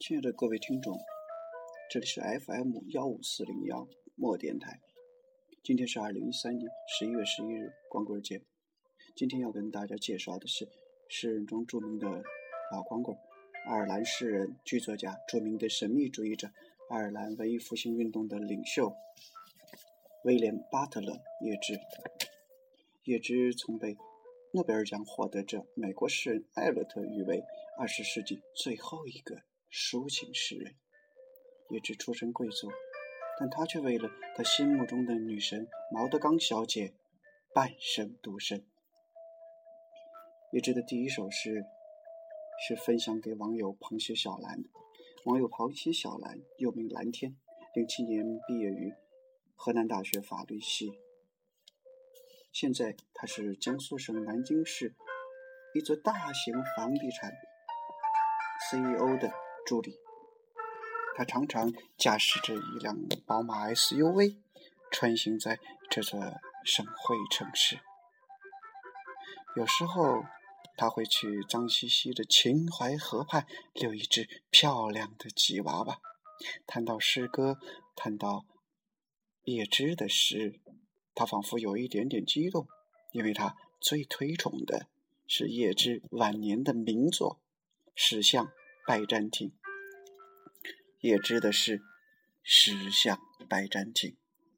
亲爱的各位听众，这里是 FM15401墨电台。今天是2013年11月11日，光棍节。今天要跟大家介绍的是诗人中著名的老光棍，爱尔兰诗人、剧作家、著名的神秘主义者，爱尔兰文艺复兴运动的领袖威廉·巴特勒·叶芝。叶芝曾被诺贝尔奖获得者美国诗人艾略特誉为20世纪最后一个抒情诗人。叶芝出身贵族，但他却为了他心目中的女神毛德刚小姐半生独身。叶芝的第一首诗是分享给网友螃蟹小兰的。网友螃蟹小兰又名蓝天，07年毕业于河南大学法律系，现在他是江苏省南京市一座大型房地产 CEO 的助理。他常常驾驶着一辆宝马 SUV 穿行在这座省会城市。有时候他会去脏兮兮的秦淮河畔遛一只漂亮的吉娃娃。谈到诗歌，谈到叶芝的诗，他仿佛有一点点激动，因为他最推崇的是叶芝晚年的名作《驶向拜占庭》。叶芝的诗《驶向拜占庭》，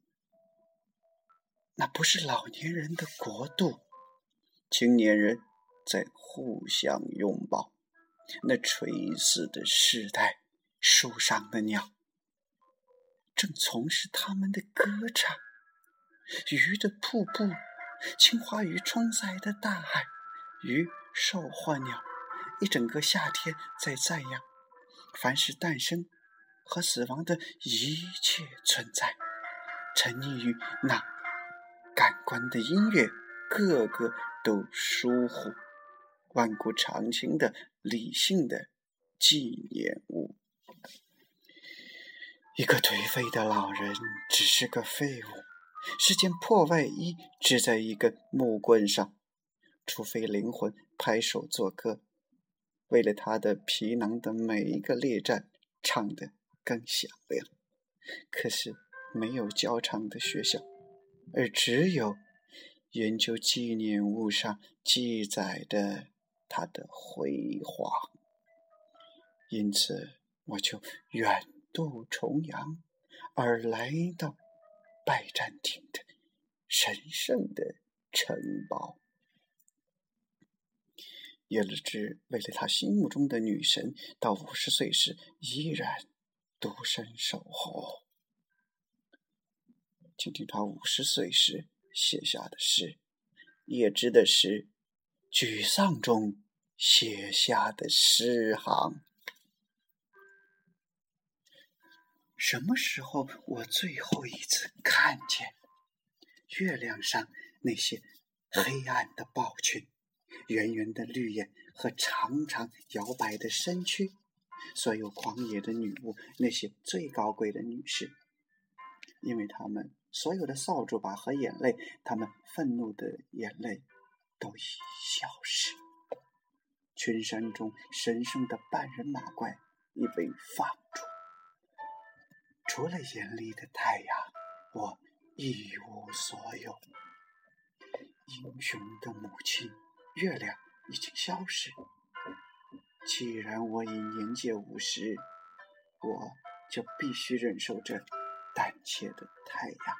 那不是老年人的国度，青年人在互相拥抱，那垂死的世代，树上的鸟正从事他们的歌唱，鱼的瀑布，青花鱼冲在的大海，鱼兽或鸟，一整个夏天在赞扬凡是诞生和死亡的一切存在，沉溺于那感官的音乐，个个都疏忽，万古长青的理性的纪念物。一个颓废的老人只是个废物，是件破外衣织在一根木棍上，除非灵魂拍手作歌，为了他的皮囊的每一个列战唱得更响亮。可是没有教唱的学校，而只有研究纪念物上记载的他的辉煌。因此我就远渡重洋，而来到拜占庭的神圣的城堡。叶芝为了他心目中的女神，到50岁时依然独身守候。请听他50岁时写下的诗，叶芝的诗，沮丧中写下的诗行。什么时候我最后一次看见月亮上那些黑暗的豹群，圆圆的绿眼和长长摇摆的身躯，所有狂野的女巫，那些最高贵的女士，因为她们所有的扫帚把和眼泪，她们愤怒的眼泪都已消失。群山中神圣的半人马怪已被放逐，除了眼里的太阳，我一无所有。英雄的母亲月亮已经消失，既然我已年届50，我就必须忍受这胆怯的太阳。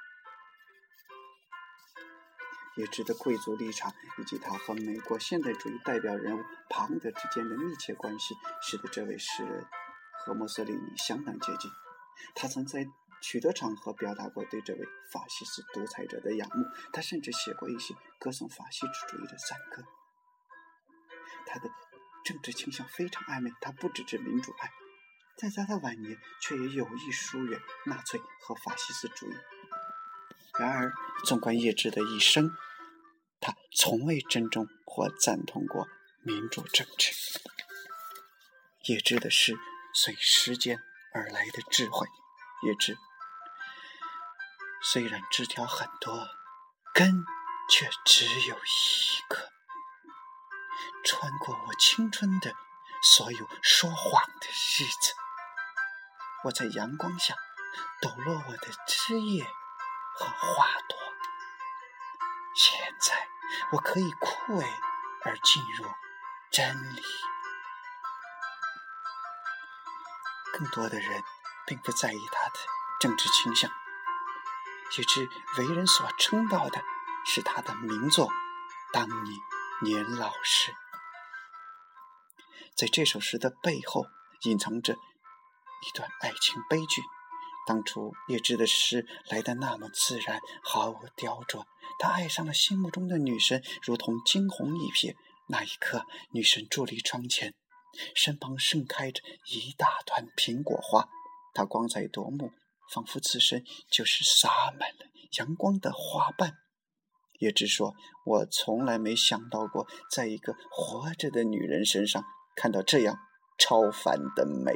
叶芝的贵族立场以及他和美国现代主义代表人物庞德之间的密切关系，使得这位诗人和墨索里尼相当接近。他曾在许多场合表达过对这位法西斯独裁者的仰慕，他甚至写过一些歌颂法西斯主义的赞歌。他的政治倾向非常暧昧，他不只是民主派，在他的晚年却也有意疏远纳粹和法西斯主义。然而纵观叶芝的一生，他从未真正或赞同过民主政治。叶芝的诗随时间而来的智慧。叶芝虽然枝条很多，根却只有一个。穿过我青春的所有说谎的日子。我在阳光下抖落我的枝叶和花朵。现在我可以枯萎而进入真理。更多的人并不在意他的政治倾向，以致为人所称道的是他的名作《当你年老时》。在这首诗的背后隐藏着一段爱情悲剧。当初叶芝的诗来得那么自然，毫无雕琢，他爱上了心目中的女神，如同惊鸿一瞥。那一刻，女神伫立窗前，身旁盛开着一大团苹果花，她光彩夺目，仿佛自身就是洒满了阳光的花瓣。叶芝说，我从来没想到过在一个活着的女人身上看到这样超凡的美。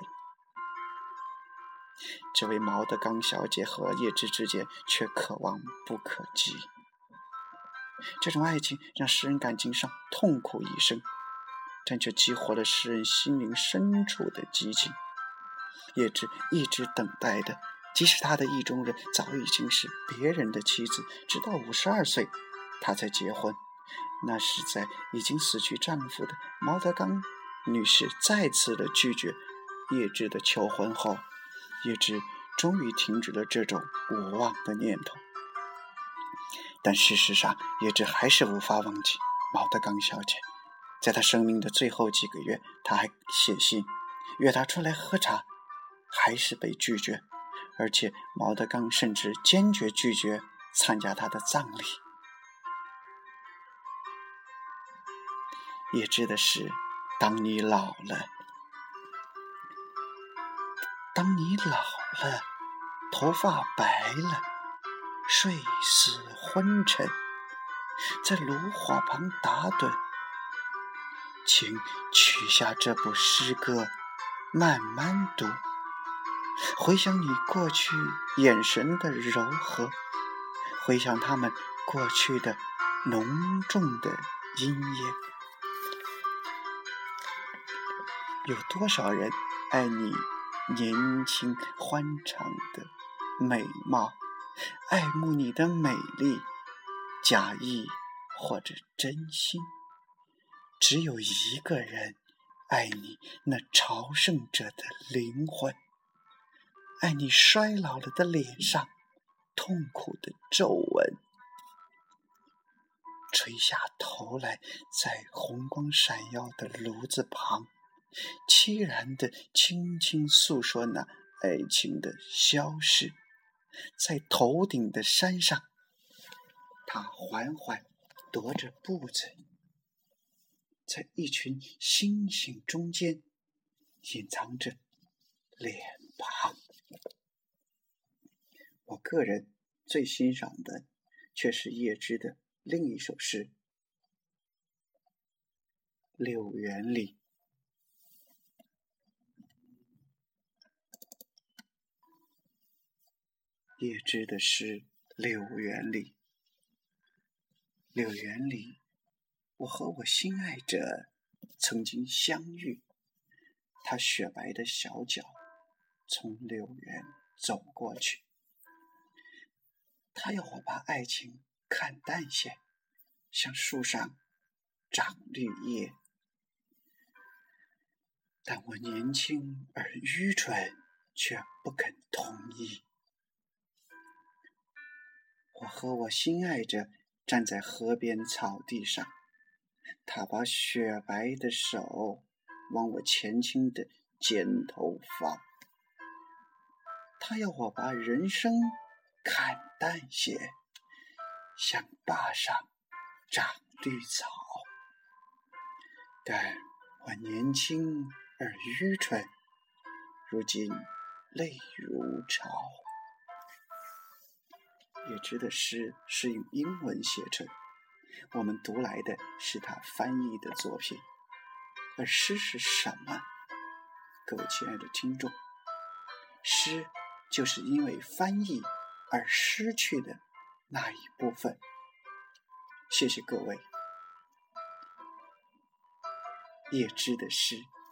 这位毛德刚小姐和叶芝之间却可望不可及。这种爱情让诗人感情上痛苦一生，但却激活了诗人心灵深处的激情。叶芝一直等待的，即使他的意中人早已经是别人的妻子，直到52岁他才结婚。那是在已经死去丈夫的毛德刚女士再次的拒绝叶芝的求婚后，叶芝终于停止了这种无望的念头。但事实上，叶芝还是无法忘记毛德刚小姐。在她生命的最后几个月，她还写信约她出来喝茶，还是被拒绝，而且毛德刚甚至坚决拒绝参加她的葬礼。叶芝的诗，当你老了，当你老了，头发白了，睡似昏沉，在炉火旁打盹，请取下这部诗歌，慢慢读，回想你过去眼神的柔和，回想他们过去的浓重的阴烟。有多少人爱你年轻欢畅的美貌，爱慕你的美丽，假意或者真心。只有一个人爱你那朝圣者的灵魂，爱你衰老了的脸上痛苦的皱纹。垂下头来，在红光闪耀的炉子旁，凄然地轻轻诉说那爱情的消逝。在头顶的山上，他缓缓踱着步子，在一群星星中间隐藏着脸庞。我个人最欣赏的却是叶芝的另一首诗《柳园里》。叶芝的诗《柳园里》。柳园里，我和我心爱者曾经相遇，他雪白的小脚从柳园走过去。他要我把爱情看淡些，像树上长绿叶。但我年轻而愚蠢，却不肯同意。我和我心爱者站在河边草地上，他把雪白的手往我前倾的肩头放。他要我把人生看淡些，像坝上长绿草。但我年轻而愚蠢，如今泪如潮。叶芝的诗是用英文写成，我们读来的是他翻译的作品。而诗是什么？各位亲爱的听众，诗就是因为翻译而失去的那一部分。谢谢各位。叶芝的诗